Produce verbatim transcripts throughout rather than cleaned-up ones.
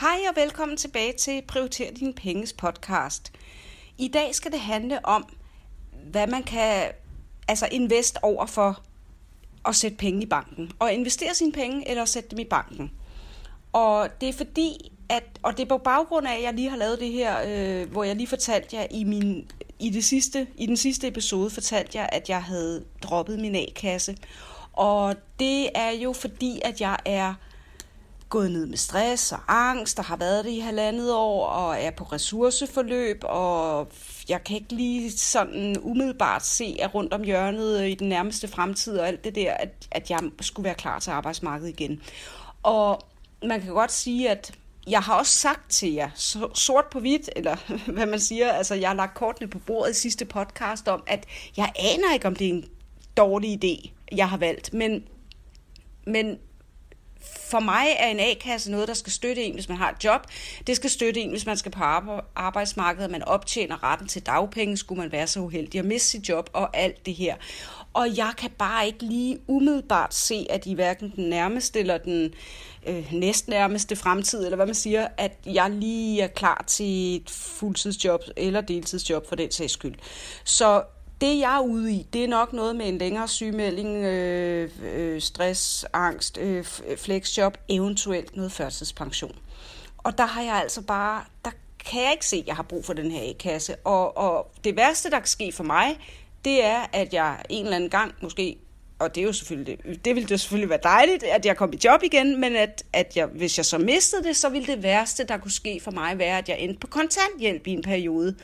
Hej og velkommen tilbage til Prioriter dine penges podcast. I dag skal det handle om, hvad man kan altså invest over for at sætte penge i banken. Og investere sine penge eller sætte dem i banken. Og det er fordi, at, og det er på baggrund af, at jeg lige har lavet det her, øh, hvor jeg lige fortalte jer i, min, i, det sidste, i den sidste episode, fortalte jeg, at jeg havde droppet min A-kasse. Og det er jo fordi, at jeg er gået ned med stress og angst, og har været det i halvandet år, og er på ressourceforløb, og jeg kan ikke lige sådan umiddelbart se, at rundt om hjørnet i den nærmeste fremtid, og alt det der, at, at jeg skulle være klar til arbejdsmarkedet igen. Og man kan godt sige, at jeg har også sagt til jer, sort på hvidt, eller hvad man siger, altså jeg har lagt kortene på bordet i sidste podcast om, at jeg aner ikke, om det er en dårlig idé, jeg har valgt, men, men for mig er en A-kasse noget, der skal støtte en, hvis man har et job. Det skal støtte en, hvis man skal på arbejdsmarkedet, man optjener retten til dagpenge, skulle man være så uheldig at miste sit job og alt det her. Og jeg kan bare ikke lige umiddelbart se, at i hverken den nærmeste eller den øh, næstnærmeste fremtid, eller hvad man siger, at jeg lige er klar til et fuldtidsjob eller deltidsjob for den sags skyld. Så det, jeg er ude i, det er nok noget med en længere sygemelding, øh, øh, stress, angst, øh, flexjob, eventuelt noget førtidspension. Og der har jeg altså bare, der kan jeg ikke se, at jeg har brug for den her A-kasse. Og, og det værste, der kan ske for mig, det er, at jeg en eller anden gang måske, og det er jo selvfølgelig, det ville det selvfølgelig være dejligt, at jeg kom i job igen, men at, at jeg, hvis jeg så mistede det, så ville det værste, der kunne ske for mig, være, at jeg endte på kontanthjælp i en periode.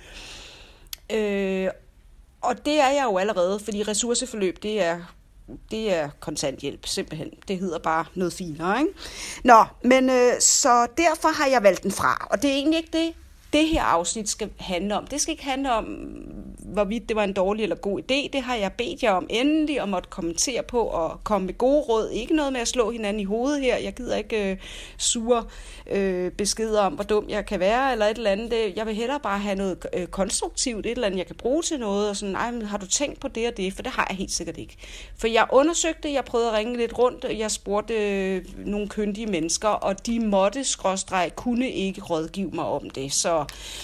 Øh, Og det er jeg jo allerede, fordi ressourceforløb, det er, det er kontanthjælp, simpelthen. Det hedder bare noget finere, ikke? Nå, men øh, så derfor har jeg valgt den fra, og det er egentlig ikke det, det her afsnit skal handle om. Det skal ikke handle om, hvorvidt det var en dårlig eller god idé. Det har jeg bedt jer om endelig, og måtte kommentere på og komme med gode råd. Ikke noget med at slå hinanden i hovedet her. Jeg gider ikke øh, sure øh, beskeder om, hvor dum jeg kan være, eller et eller andet. Det, jeg vil hellere bare have noget øh, konstruktivt, et eller andet, jeg kan bruge til noget, og sådan, nej, men har du tænkt på det og det? For det har jeg helt sikkert ikke. For jeg undersøgte, jeg prøvede at ringe lidt rundt, jeg spurgte øh, nogle kyndige mennesker, og de måtte, skråstreg, kunne ikke rådgive mig om det. Så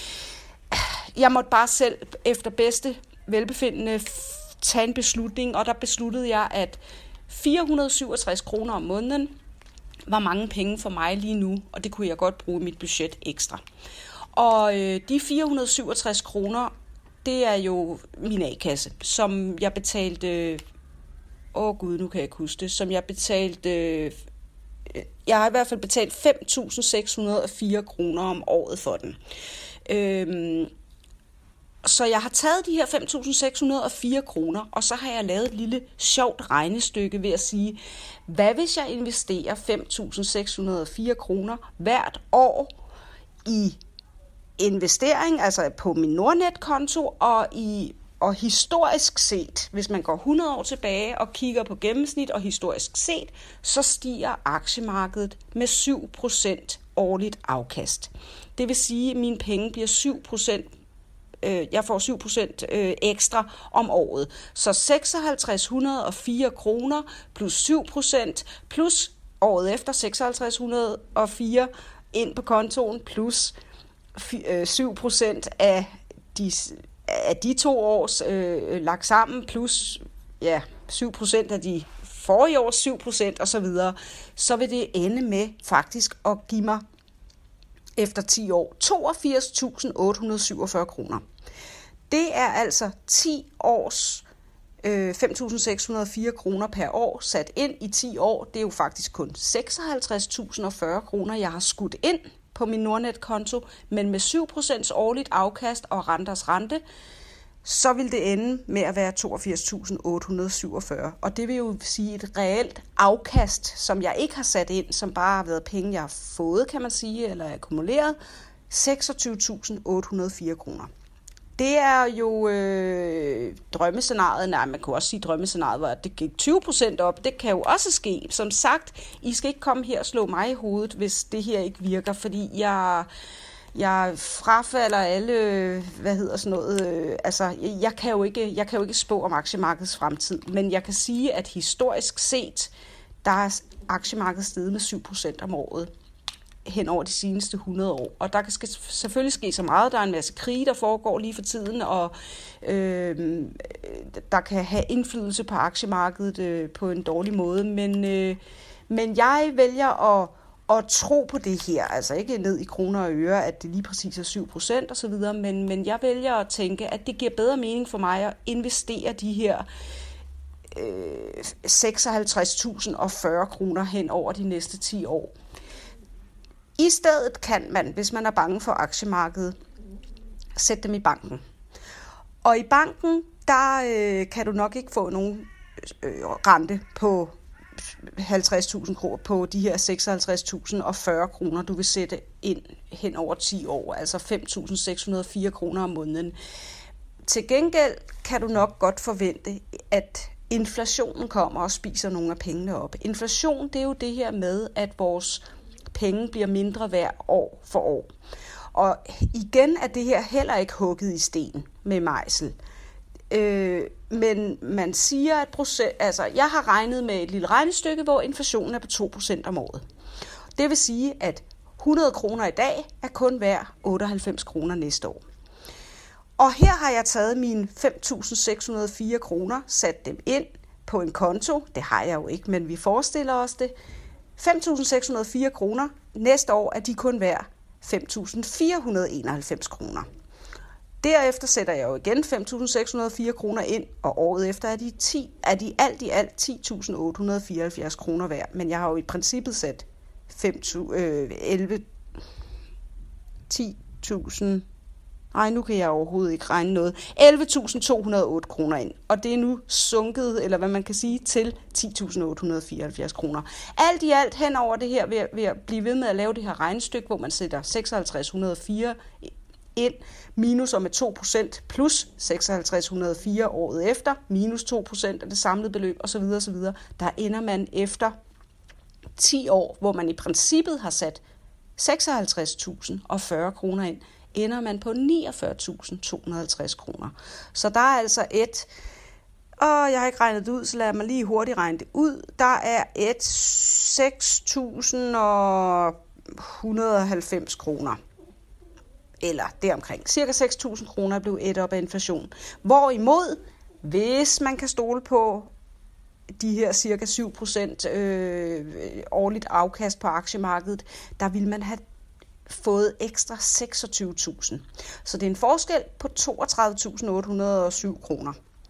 jeg måtte bare selv efter bedste velbefindende tage en beslutning, og der besluttede jeg, at fire hundrede og syvogtres kroner om måneden var mange penge for mig lige nu, og det kunne jeg godt bruge i mit budget ekstra. Og øh, de fire hundrede og syvogtres kroner, det er jo min A-kasse, som jeg betalte, åh oh gud, nu kan jeg ikke huske det, som jeg betalte, øh, jeg har i hvert fald betalt fem tusind seks hundrede og fire kroner om året for den. Øhm, så jeg har taget de her fem tusind seks hundrede og fire kroner, og så har jeg lavet et lille sjovt regnestykke ved at sige, hvad hvis jeg investerer fem tusind seks hundrede og fire kroner hvert år i investering, altså på min Nordnet-konto, og i og historisk set, hvis man går hundrede år tilbage og kigger på gennemsnit og historisk set, så stiger aktiemarkedet med syv procent årligt afkast. Det vil sige, at mine penge bliver syv procent, øh, jeg får syv procent øh, ekstra om året. Så seks tusind seks hundrede og fire kroner plus syv procent plus året efter seks tusind seks hundrede og fire ind på kontoen plus øh, syv procent af de af de to års øh, lagt sammen, plus ja, syv procent af de forrige års syv procent og så videre, så vil det ende med faktisk at give mig efter ti år toogfirs tusind otte hundrede og syvogfyrre kroner. Det er altså ti års øh, fem tusind seks hundrede og fire kroner per år sat ind i ti år. Det er jo faktisk kun seksoghalvtreds tusind og fyrre kroner, jeg har skudt ind på min Nordnet-konto, men med syv procent årligt afkast og renters rente, så vil det ende med at være toogfirs tusind otte hundrede og syvogfyrre. Og det vil jo sige et reelt afkast, som jeg ikke har sat ind, som bare har været penge, jeg har fået, kan man sige, eller akkumuleret, seksogtyve tusind otte hundrede og fire kroner. Det er jo øh, drømmescenariet. Nej, man kan også sige drømmescenariet, hvor det gik tyve procent op. Det kan jo også ske. Som sagt, I skal ikke komme her og slå mig i hovedet, hvis det her ikke virker, fordi jeg, jeg frafalder alle, hvad hedder sådan noget, øh, altså jeg kan, jo ikke, jeg kan jo ikke spå om aktiemarkedets fremtid, men jeg kan sige, at historisk set, der er aktiemarkedet steget med syv procent om året. hen over de seneste hundrede år. Og der kan selvfølgelig ske så meget. Der er en masse krige, der foregår lige for tiden, og øh, der kan have indflydelse på aktiemarkedet øh, på en dårlig måde. Men, øh, men jeg vælger at, at tro på det her. Altså ikke ned i kroner og øre, at det lige præcis er syv procent osv., men, men jeg vælger at tænke, at det giver bedre mening for mig at investere de her øh, seksoghalvtreds tusind og fyrre kroner hen over de næste ti år. I stedet kan man, hvis man er bange for aktiemarkedet, sætte dem i banken. Og i banken, der øh, kan du nok ikke få nogen øh, rente på halvtreds tusind kroner på de her seksoghalvtreds tusind og fyrre kroner, du vil sætte ind hen over ti år, altså fem tusind seks hundrede og fire kroner om måneden. Til gengæld kan du nok godt forvente, at inflationen kommer og spiser nogle af pengene op. Inflation, det er jo det her med, at vores penge bliver mindre værd år for år. Og igen er det her heller ikke hugget i sten med mejsel. Øh, men man siger, at procent, altså, jeg har regnet med et lille regnestykke, hvor inflationen er på to procent om året. Det vil sige, at hundrede kroner i dag er kun værd otteoghalvfems kroner næste år. Og her har jeg taget mine fem tusind seks hundrede og fire kroner, sat dem ind på en konto. Det har jeg jo ikke, men vi forestiller os det. fem tusind seks hundrede og fire kroner. Næste år er de kun værd fem tusind fire hundrede og enoghalvfems kroner. Derefter sætter jeg jo igen fem tusind seks hundrede og fire kroner ind, og året efter er de, ti, er de alt i alt ti tusind otte hundrede og fireoghalvfjerds kroner værd. Men jeg har jo i princippet sat fem, øh, elleve, ti tusind... Nej, nu kan jeg overhovedet ikke regne noget. elleve tusind to hundrede og otte kroner ind. Og det er nu sunket, eller hvad man kan sige, til ti tusind otte hundrede og fireoghalvfjerds kroner. Alt i alt hen over det her, ved, ved at blive ved med at lave det her regnestykke, hvor man sætter seksoghalvtreds hundrede og fire ind, minus om med to procent, plus seksoghalvtreds hundrede og fire året efter, minus to procent af det samlede beløb, osv. osv. Der ender man efter ti år, hvor man i princippet har sat seksoghalvtreds tusind og fyrre kroner ind, ender man på niogfyrre tusind to hundrede og halvtreds kroner. Så der er altså et, og jeg har ikke regnet det ud, så lad mig lige hurtigt regne det ud. Der er et seks tusind et hundrede og halvfems kroner. Eller deromkring. Cirka seks tusind kroner blev et op af inflation. Hvorimod, hvis man kan stole på de her cirka syv procent øh, årligt afkast på aktiemarkedet, der vil man have fået ekstra seksogtyve tusind. Så det er en forskel på toogtredive tusind otte hundrede og syv kroner.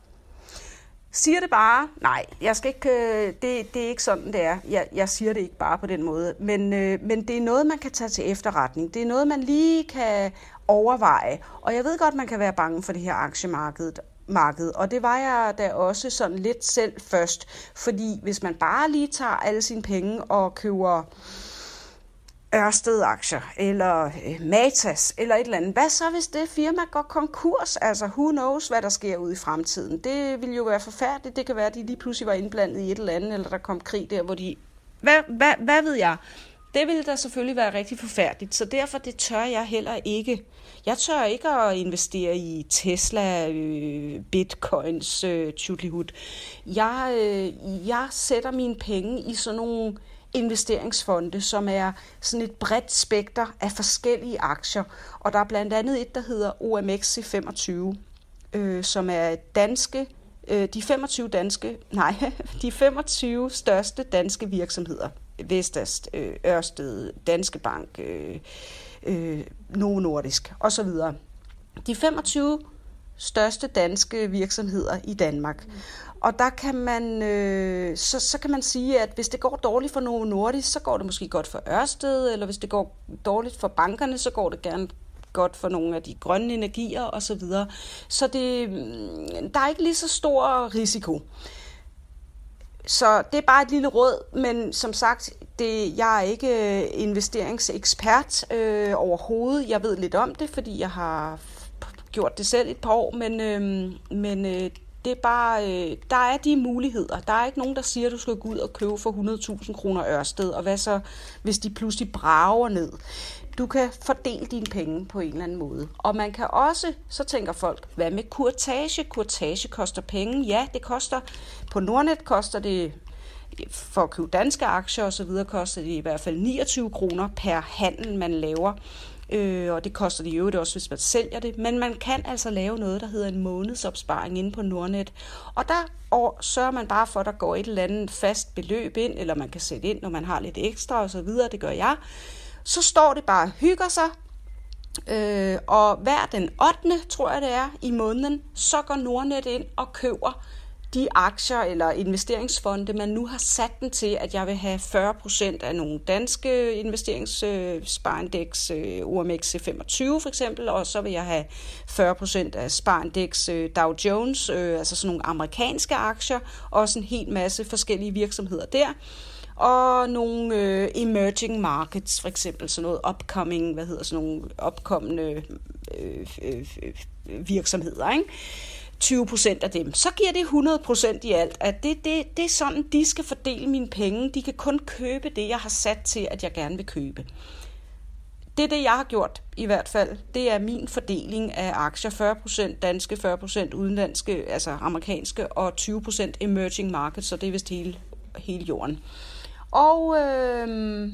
Siger det bare? Nej, jeg skal ikke, det, det er ikke sådan, det er. Jeg, jeg siger det ikke bare på den måde. Men, men det er noget, man kan tage til efterretning. Det er noget, man lige kan overveje. Og jeg ved godt, man kan være bange for det her aktiemarked. Marked. Og det var jeg da også sådan lidt selv først. Fordi hvis man bare lige tager alle sine penge og køber Ørsted-aktier, eller Matas, eller et eller andet. Hvad så, hvis det firma går konkurs? Altså, who knows, hvad der sker ude i fremtiden? Det ville jo være forfærdeligt. Det kan være, at de lige pludselig var indblandet i et eller andet, eller der kom krig der, hvor de... Hvad, hvad, hvad ved jeg? Det ville da selvfølgelig være rigtig forfærdeligt, så derfor det tør jeg heller ikke. Jeg tør ikke at investere i Tesla, øh, bitcoins, øh, tjutlihut. Jeg, øh, jeg sætter mine penge i sådan nogle investeringsfonde, som er sådan et bredt spekter af forskellige aktier. Og der er blandt andet et, der hedder O M X C femogtyve, øh, som er danske, øh, de femogtyve danske, nej, de femogtyve største danske virksomheder. Vestas, øh, Ørsted, Danske Bank, øh, øh, Novo Nordisk osv. De femogtyve største danske virksomheder i Danmark. Mm. Og der kan man, øh, så, så kan man sige, at hvis det går dårligt for Novo Nordisk, så går det måske godt for Ørsted, eller hvis det går dårligt for bankerne, så går det gerne godt for nogle af de grønne energier osv. Så, så det, der er ikke lige så stor risiko. Så det er bare et lille råd, men som sagt, det, jeg er ikke investeringsekspert øh, overhovedet. Jeg ved lidt om det, fordi jeg har gjort det selv et par år, men, øh, men øh, det er bare, øh, der er de muligheder. Der er ikke nogen, der siger, at du skal gå ud og købe for hundrede tusind kroner Ørsted, og hvad så, hvis de pludselig brager ned? Du kan fordele dine penge på en eller anden måde. Og man kan også, så tænker folk, hvad med kurtage? Kurtage koster penge. Ja, det koster, på Nordnet koster det for at købe danske aktier og så videre koster det i hvert fald niogtyve kroner per handel, man laver. Øh, og det koster det jo også, hvis man sælger det. Men man kan altså lave noget, der hedder en månedsopsparing inde på Nordnet. Og der og sørger man bare for, at der går et eller andet fast beløb ind, eller man kan sætte ind, når man har lidt ekstra og så videre. Det gør jeg. Så står det bare og hygger sig. Øh, og hver den ottende, tror jeg det er, i måneden, så går Nordnet ind og køber de aktier eller investeringsfonde, man nu har sat den til, at jeg vil have fyrre procent af nogle danske investeringssparindeks, øh, O M X C femogtyve for eksempel, og så vil jeg have fyrre procent af sparindeks øh, Dow Jones, øh, altså sådan nogle amerikanske aktier, og også en hel masse forskellige virksomheder der. Og nogle øh, emerging markets, for eksempel sådan noget upcoming, hvad hedder sådan nogle opkommende øh, øh, virksomheder, ikke? tyve procent af dem, så giver det hundrede procent i alt, at det, det, det er sådan, de skal fordele mine penge. De kan kun købe det, jeg har sat til, at jeg gerne vil købe. Det er det, jeg har gjort i hvert fald. Det er min fordeling af aktier. fyrre procent danske, fyrre procent udenlandske, altså amerikanske, og tyve procent emerging markets, så det er vist hele, hele jorden. Og øh,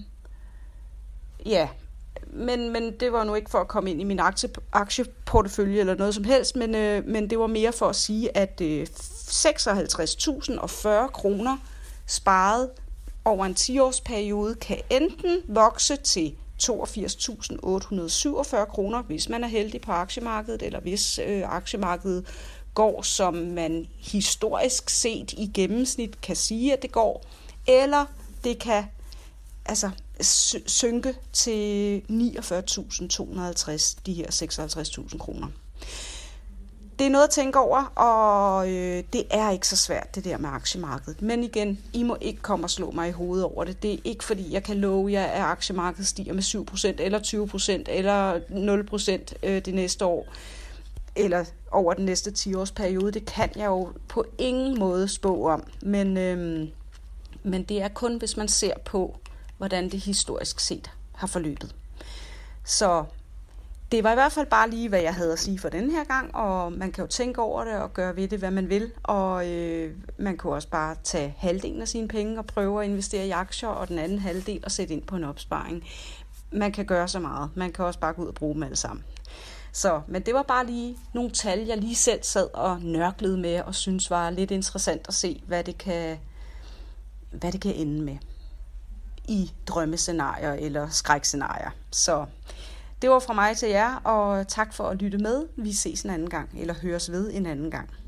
ja, men, men det var nu ikke for at komme ind i min aktie, aktieportefølje eller noget som helst, men, øh, men det var mere for at sige, at øh, seksoghalvtreds tusind og fyrre kroner sparet over en ti-årsperiode kan enten vokse til toogfirs tusind otte hundrede og syvogfyrre kroner, hvis man er heldig på aktiemarkedet, eller hvis øh, aktiemarkedet går, som man historisk set i gennemsnit kan sige, at det går, eller det kan altså synke til niogfyrre tusind to hundrede og halvtreds, de her seksoghalvtreds tusind kroner. Det er noget at tænke over, og øh, det er ikke så svært, det der med aktiemarkedet. Men igen, I må ikke komme og slå mig i hovedet over det. Det er ikke fordi, jeg kan love jer, at aktiemarkedet stiger med syv procent, eller tyve procent, eller nul procent øh, det næste år, eller over den næste ti-årsperiode. Det kan jeg jo på ingen måde spå om. Men, øh, men det er kun, hvis man ser på, hvordan det historisk set har forløbet. Så det var i hvert fald bare lige, hvad jeg havde at sige for den her gang, og man kan jo tænke over det og gøre ved det, hvad man vil, og øh, man kan også bare tage halvdelen af sine penge og prøve at investere i aktier, og den anden halvdel og sætte ind på en opsparing. Man kan gøre så meget. Man kan også bare gå ud og bruge dem alle sammen. Så, men det var bare lige nogle tal, jeg lige selv sad og nørklede med, og synes var lidt interessant at se, hvad det kan, hvad det kan ende med i drømmescenarier eller skrækscenarier. Så det var fra mig til jer, og tak for at lytte med. Vi ses en anden gang, eller høres ved en anden gang.